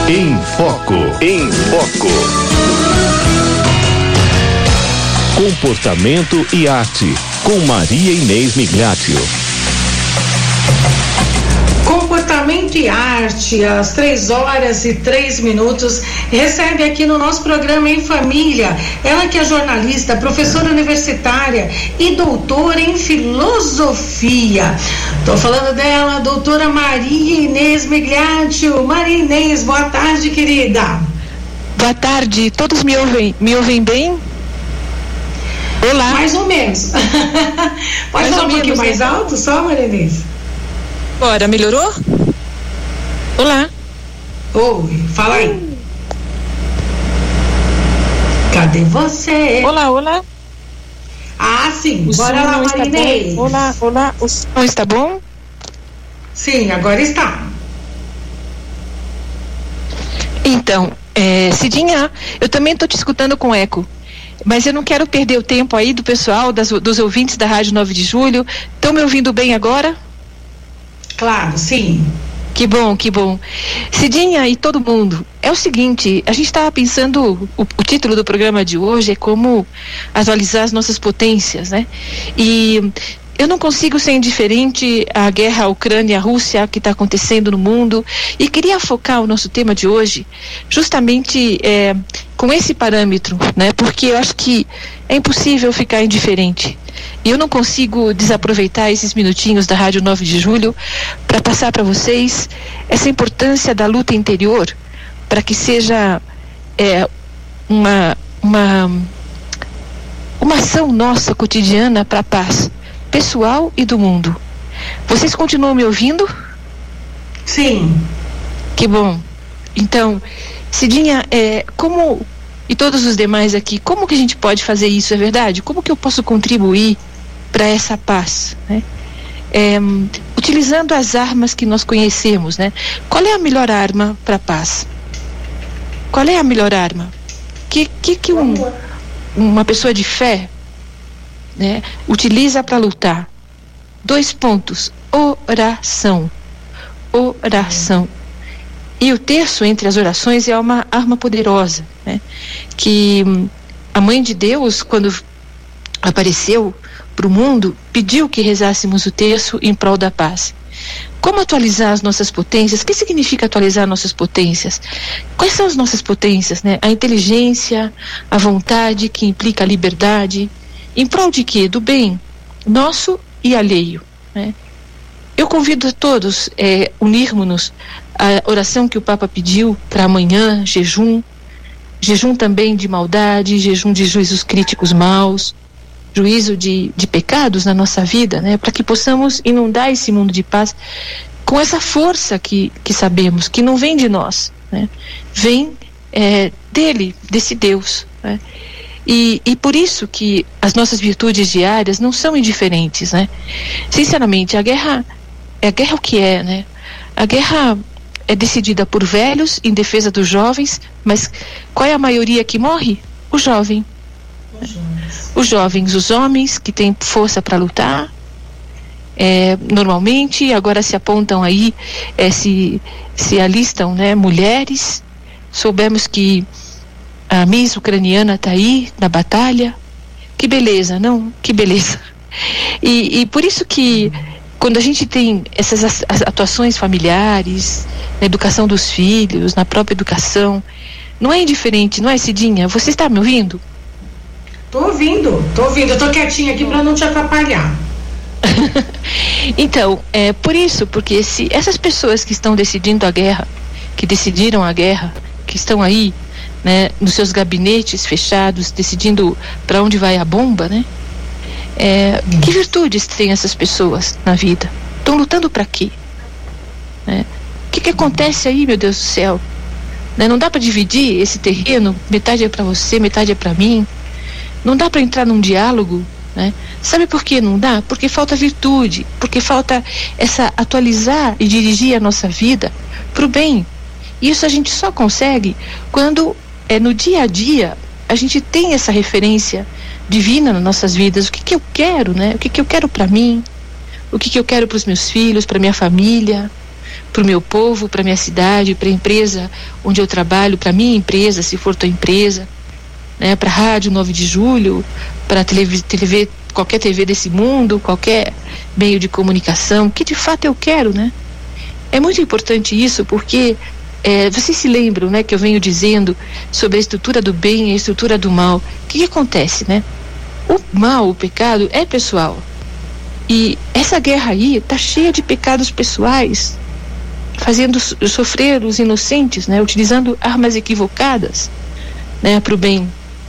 Em Foco. Em Foco. Comportamento e arte, com Maria Inês Migliaccio. Comportamento e arte, às 3h03, recebe aqui no nosso programa Em Família, ela que é jornalista, professora universitária e doutora em filosofia. Estou falando dela, doutora Maria Inês Migliaccio. Maria Inês, boa tarde, querida. Boa tarde, todos me ouvem bem? Olá. Mais ou menos. Pode falar um pouquinho mais alto só, Maria Inês? Agora, melhorou? Olá. Oi, fala aí. Cadê você? Olá. Ah, sim. Bora lá, Maria Inês. Olá. O som está bom? Sim, agora está. Então, Cidinha, eu também estou te escutando com eco. Mas eu não quero perder o tempo aí do pessoal, dos ouvintes da Rádio 9 de Julho. Estão me ouvindo bem agora? Claro, sim. Que bom. Cidinha e todo mundo, é o seguinte, a gente estava pensando, o título do programa de hoje é como atualizar as nossas potências, né? E eu não consigo ser indiferente à guerra Ucrânia-Rússia que está acontecendo no mundo, e queria focar o nosso tema de hoje justamente com esse parâmetro, né? Porque eu acho que é impossível ficar indiferente. E eu não consigo desaproveitar esses minutinhos da Rádio 9 de Julho para passar para vocês essa importância da luta interior, para que seja uma ação nossa cotidiana para a paz pessoal e do mundo. Vocês continuam me ouvindo? Sim. Que bom. Então, Cidinha, como e todos os demais aqui, como que a gente pode fazer isso, é verdade? Como que eu posso contribuir para essa paz, né? Utilizando as armas que nós conhecemos, né? Qual é a melhor arma para a paz? Qual é a melhor arma? Que uma pessoa de fé, né, utiliza para lutar? 2 pontos: oração. E o terço entre as orações é uma arma poderosa, né? Que a Mãe de Deus, quando apareceu para o mundo, pediu que rezássemos o terço em prol da paz. Como atualizar as nossas potências? O que significa atualizar nossas potências? Quais são as nossas potências, né? A inteligência, a vontade, que implica a liberdade. Em prol de quê? Do bem nosso e alheio, né? Eu convido a todos unirmos-nos à oração que o Papa pediu para amanhã: jejum também de maldade, jejum de juízos críticos maus, juízo de pecados na nossa vida, né? Para que possamos inundar esse mundo de paz com essa força que sabemos que não vem de nós, né? Vem dele, desse Deus, né? E por isso que as nossas virtudes diárias não são indiferentes, né? Sinceramente, a guerra o que é, né? A guerra é decidida por velhos em defesa dos jovens, mas qual é a maioria que morre? O jovem. Os jovens, os homens que têm força para lutar, normalmente agora se apontam aí, se alistam, né, mulheres. Soubemos que a Miss ucraniana está aí na batalha. Que beleza, não? Que beleza. E por isso que quando a gente tem essas atuações familiares, na educação dos filhos, na própria educação, não é indiferente, não é, Cidinha? Você está me ouvindo? Tô ouvindo, eu tô quietinha aqui para não te atrapalhar. Então, por isso, porque se essas pessoas que estão decidindo a guerra, que decidiram a guerra, que estão aí, né, nos seus gabinetes fechados, decidindo para onde vai a bomba, né? Que virtudes têm essas pessoas na vida? Estão lutando para quê? O que acontece aí, meu Deus do céu? Né? Não dá para dividir esse terreno, metade é para você, metade é para mim. Não dá para entrar num diálogo, né? Sabe por que não dá? Porque falta virtude, porque falta atualizar e dirigir a nossa vida para o bem. Isso a gente só consegue quando no dia a dia a gente tem essa referência divina nas nossas vidas. O que eu quero, né? O que eu quero para mim? O que eu quero para os meus filhos, para minha família, para o meu povo, para minha cidade, para a empresa onde eu trabalho, para minha empresa, se for tua empresa, né, para a Rádio 9 de Julho, para qualquer TV desse mundo, qualquer meio de comunicação, que de fato eu quero, né? É muito importante isso, porque vocês se lembram, né, que eu venho dizendo sobre a estrutura do bem e a estrutura do mal. O que acontece, né? O mal, o pecado é pessoal. E essa guerra aí está cheia de pecados pessoais, fazendo sofrer os inocentes, né, utilizando armas equivocadas, né, para o bem.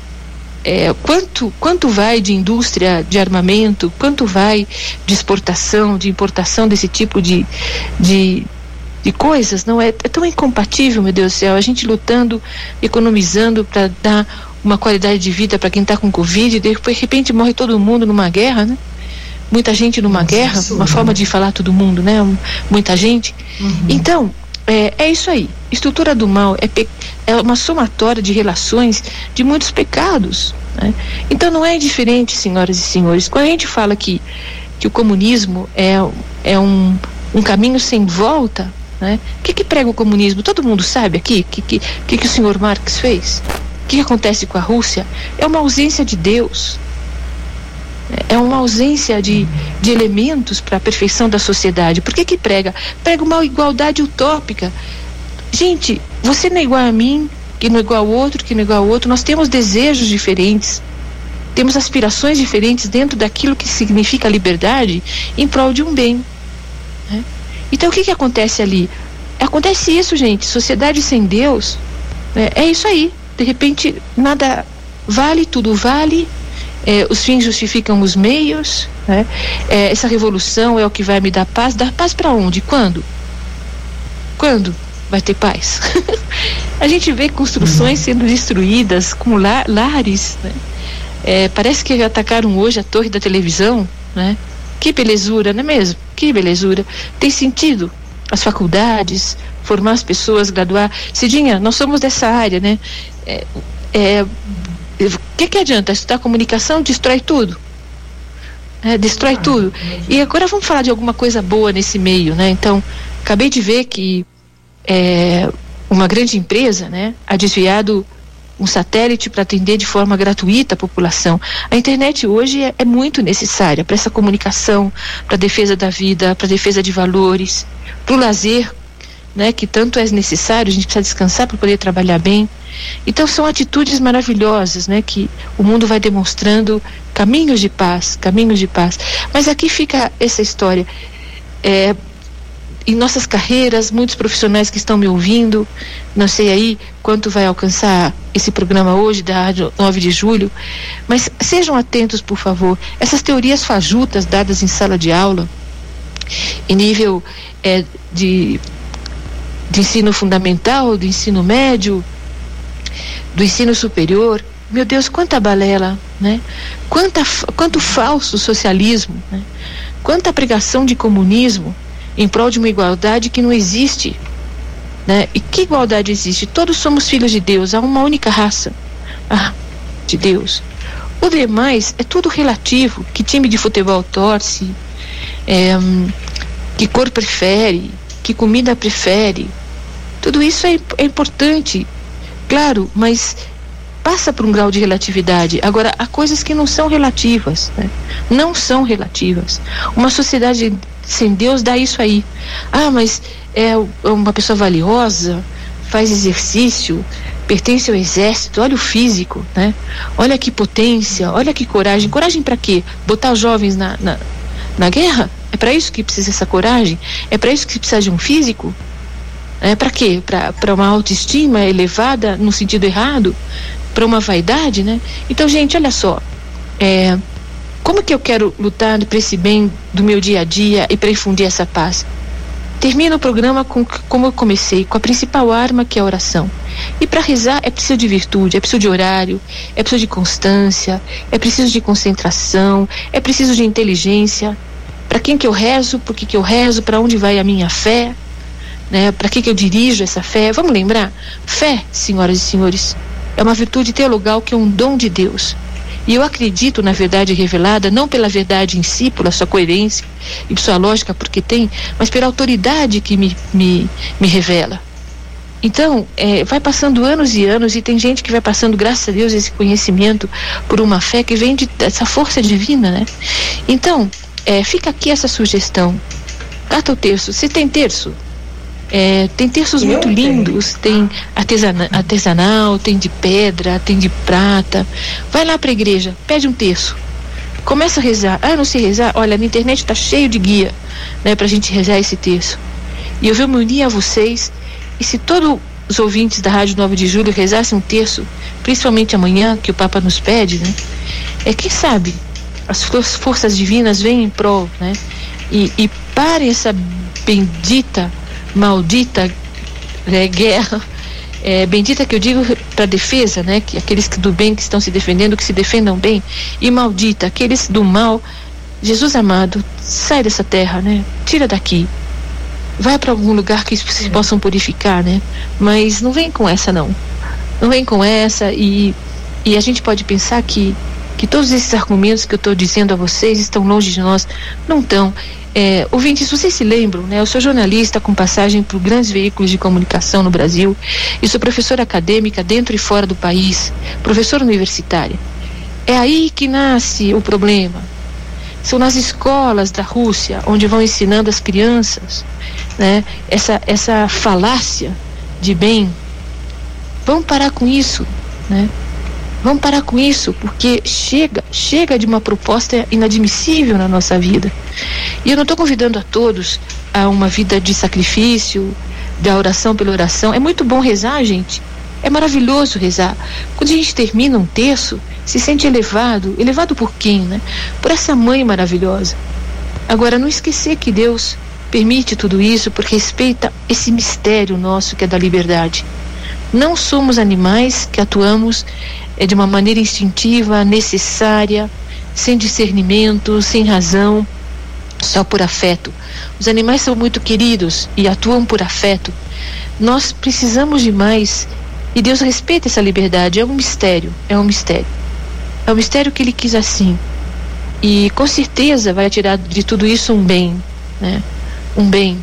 Quanto vai de indústria de armamento, quanto vai de exportação, de importação desse tipo de coisas, não é tão incompatível, meu Deus do céu, a gente lutando, economizando para dar uma qualidade de vida para quem está com Covid, e de repente morre todo mundo numa guerra, né? Muita gente numa guerra, uma forma de falar todo mundo, né? Muita gente. Então, é isso aí. Estrutura do mal é uma somatória de relações de muitos pecados, né? Então não é diferente, senhoras e senhores, quando a gente fala que o comunismo é um caminho sem volta, né? O que prega o comunismo? Todo mundo sabe aqui que o senhor Marx fez? O que acontece com a Rússia? É uma ausência de Deus. É uma ausência de elementos para a perfeição da sociedade. Por que prega? Prega uma igualdade utópica. Gente, você não é igual a mim, que não é igual ao outro, que não é igual ao outro. Nós temos desejos diferentes, temos aspirações diferentes dentro daquilo que significa liberdade em prol de um bem, né? Então o que acontece ali? Acontece isso, gente, sociedade sem Deus, é isso aí. De repente nada vale, tudo vale. Os fins justificam os meios, né? Essa revolução é o que vai me dar paz. Dar paz para onde? Quando vai ter paz? A gente vê construções sendo destruídas com lares, né? Parece que atacaram hoje a torre da televisão, né? Que belezura, não é mesmo? Que belezura. Tem sentido as faculdades, formar as pessoas, graduar. Cidinha, nós somos dessa área, né? O que adianta? Estudar comunicação destrói tudo. Destrói tudo. E agora vamos falar de alguma coisa boa nesse meio, né? Então, acabei de ver que uma grande empresa, né, ha desviado um satélite para atender de forma gratuita a população. A internet hoje é muito necessária para essa comunicação, para a defesa da vida, para a defesa de valores, para o lazer, né, que tanto é necessário. A gente precisa descansar para poder trabalhar bem. Então são atitudes maravilhosas, né, que o mundo vai demonstrando caminhos de paz. Mas aqui fica essa história. Em nossas carreiras, muitos profissionais que estão me ouvindo, não sei aí quanto vai alcançar esse programa hoje da Rádio 9 de Julho, mas sejam atentos, por favor. Essas teorias fajutas dadas em sala de aula, em nível de ensino fundamental, do ensino médio, do ensino superior, meu Deus, quanta balela, né? Quanto falso socialismo, né? Quanta pregação de comunismo em prol de uma igualdade que não existe, né? E que igualdade existe? Todos somos filhos de Deus, há uma única raça, de Deus. O demais é tudo relativo. Que time de futebol torce, que cor prefere, que comida prefere. Tudo isso é importante, claro, mas passa por um grau de relatividade. Agora, há coisas que não são relativas, né? Não são relativas. Uma sociedade sem Deus dá isso aí. Mas é uma pessoa valiosa, faz exercício, pertence ao exército, olha o físico, né? Olha que potência, olha que coragem. Coragem para quê? Botar os jovens na guerra? É para isso que precisa essa coragem? É para isso que precisa de um físico? Para quê? Para uma autoestima elevada no sentido errado? Para uma vaidade, né? Então, gente, olha só, como que eu quero lutar para esse bem do meu dia a dia e para infundir essa paz? Termino o programa como eu comecei, com a principal arma, que é a oração. E para rezar é preciso de virtude, é preciso de horário, é preciso de constância, é preciso de concentração, é preciso de inteligência. Para quem que eu rezo, por que eu rezo, para onde vai a minha fé, né? Para que eu dirijo essa fé? Vamos lembrar, fé, senhoras e senhores, é uma virtude teologal que é um dom de Deus. E eu acredito na verdade revelada, não pela verdade em si, pela sua coerência e por sua lógica, porque tem, mas pela autoridade que me revela. Então, vai passando anos e anos, e tem gente que vai passando, graças a Deus, esse conhecimento por uma fé que vem dessa força divina, né? Então, fica aqui essa sugestão. Cata o terço. Você tem terço? Tem terços muito lindos, tem artesanal, tem de pedra, tem de prata. Vai lá para a igreja, pede um terço. Começa a rezar. Eu não sei rezar? Olha, na internet está cheio de guia, né, para a gente rezar esse terço. E eu vou me unir a vocês. E se todos os ouvintes da Rádio 9 de Julho rezassem um terço, principalmente amanhã, que o Papa nos pede, né? Quem sabe as forças divinas vêm em prol, né? E parem essa bendita, maldita guerra, bendita que eu digo para defesa, né? Que aqueles do bem que estão se defendendo, que se defendam bem, e maldita, aqueles do mal. Jesus amado, sai dessa terra, né? Tira daqui. Vai para algum lugar que se possam purificar, né? Mas não vem com essa, não. Não vem com essa, e a gente pode pensar que todos esses argumentos que eu estou dizendo a vocês estão longe de nós. Não estão. Ouvintes, vocês se lembram, né? Eu sou jornalista com passagem por grandes veículos de comunicação no Brasil e sou professora acadêmica dentro e fora do país, professora universitária. É aí que nasce o problema. São nas escolas da Rússia, onde vão ensinando as crianças, né, essa falácia de bem. Vamos parar com isso, né? Vamos parar com isso, porque chega de uma proposta inadmissível na nossa vida. E eu não estou convidando a todos a uma vida de sacrifício, da oração pela oração. É muito bom rezar, gente. É maravilhoso rezar. Quando a gente termina um terço, se sente elevado. Elevado por quem, né? Por essa mãe maravilhosa. Agora, não esquecer que Deus permite tudo isso porque respeita esse mistério nosso que é da liberdade. Não somos animais que atuamos de uma maneira instintiva, necessária, sem discernimento, sem razão, só por afeto. Os animais são muito queridos e atuam por afeto. Nós precisamos de mais, e Deus respeita essa liberdade. É um mistério, é um mistério. É um mistério que Ele quis assim. E com certeza vai tirar de tudo isso um bem, né? Um bem.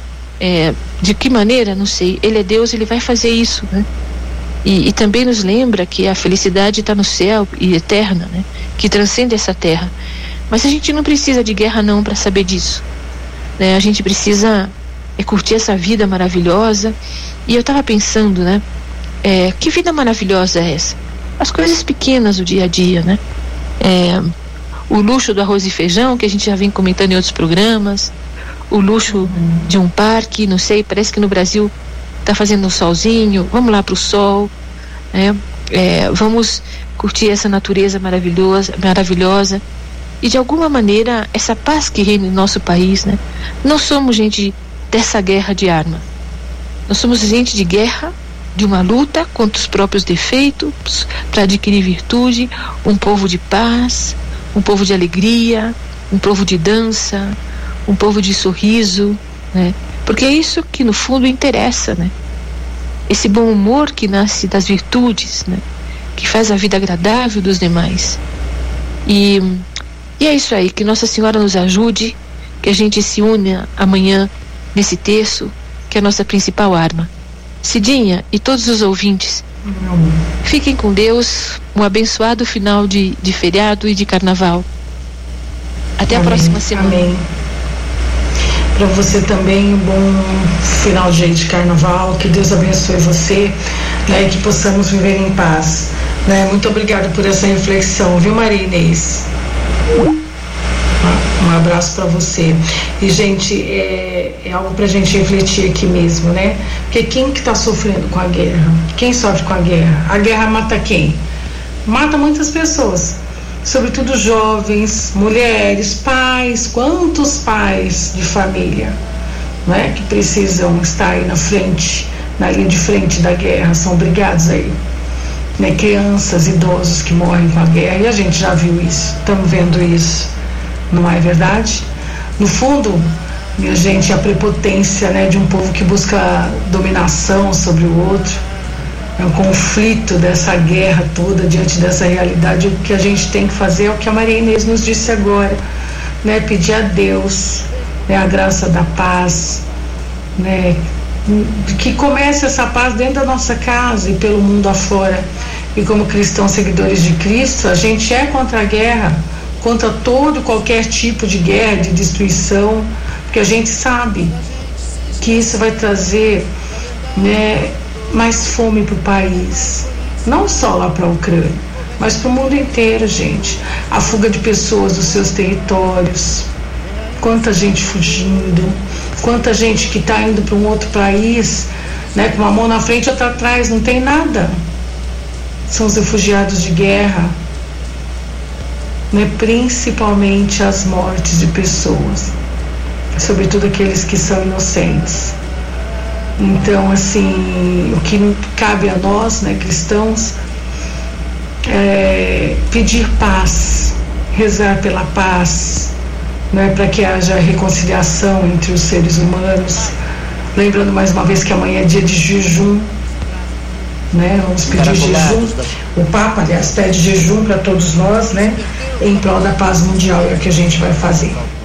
De que maneira? Não sei. Ele é Deus, Ele vai fazer isso, né? E também nos lembra que a felicidade está no céu e eterna, né? Que transcende essa terra. Mas a gente não precisa de guerra não para saber disso, né? A gente precisa curtir essa vida maravilhosa. E eu estava pensando, né? Que vida maravilhosa é essa? As coisas pequenas do dia a dia, né? O luxo do arroz e feijão, que a gente já vem comentando em outros programas, o luxo de um parque, não sei, parece que no Brasil está fazendo um solzinho, vamos lá para o sol, né? Vamos curtir essa natureza maravilhosa, e de alguma maneira essa paz que reina no nosso país, né? Não somos gente dessa guerra de arma, nós somos gente de guerra, de uma luta contra os próprios defeitos para adquirir virtude, um povo de paz, um povo de alegria, um povo de dança, um povo de sorriso, né? Porque é isso que no fundo interessa, né? Esse bom humor que nasce das virtudes, né? Que faz a vida agradável dos demais. E é isso aí, que Nossa Senhora nos ajude, que a gente se une amanhã nesse terço, que é a nossa principal arma. Cidinha e todos os ouvintes, fiquem com Deus, um abençoado final de feriado e de carnaval. Até a próxima semana. Amém. Para você também um bom final de carnaval, que Deus abençoe você, né, e que possamos viver em paz, né? Muito obrigada por essa reflexão, viu, Maria Inês? Um abraço para você. E, gente, é algo para a gente refletir aqui mesmo, né? Porque quem que está sofrendo com a guerra? Quem sofre com a guerra? A guerra mata quem? Mata muitas pessoas, sobretudo jovens, mulheres, pais. Quantos pais de família, né, que precisam estar aí na linha de frente da guerra, são obrigados aí, né? Crianças, idosos que morrem com a guerra, e a gente já viu isso, estamos vendo isso, não é verdade? No fundo, minha gente, a prepotência, né, de um povo que busca dominação sobre o outro, o conflito dessa guerra toda, diante dessa realidade, o que a gente tem que fazer é o que a Maria Inês nos disse agora, né? Pedir a Deus, né, a graça da paz, né? Que comece essa paz dentro da nossa casa e pelo mundo afora. E como cristãos seguidores de Cristo, a gente é contra a guerra, contra todo qualquer tipo de guerra, de destruição, porque a gente sabe que isso vai trazer, né, mais fome para o país, não só lá para a Ucrânia, mas para o mundo inteiro, gente. A fuga de pessoas dos seus territórios, quanta gente fugindo, quanta gente que está indo para um outro país, né, com uma mão na frente e outra atrás, não tem nada. São os refugiados de guerra, né, principalmente as mortes de pessoas, sobretudo aqueles que são inocentes. Então, assim, o que cabe a nós, né, cristãos, é pedir paz, rezar pela paz, né, para que haja reconciliação entre os seres humanos. Lembrando mais uma vez que amanhã é dia de jejum, né? Vamos pedir jejum. O Papa, aliás, pede jejum para todos nós, né, em prol da paz mundial, é o que a gente vai fazer.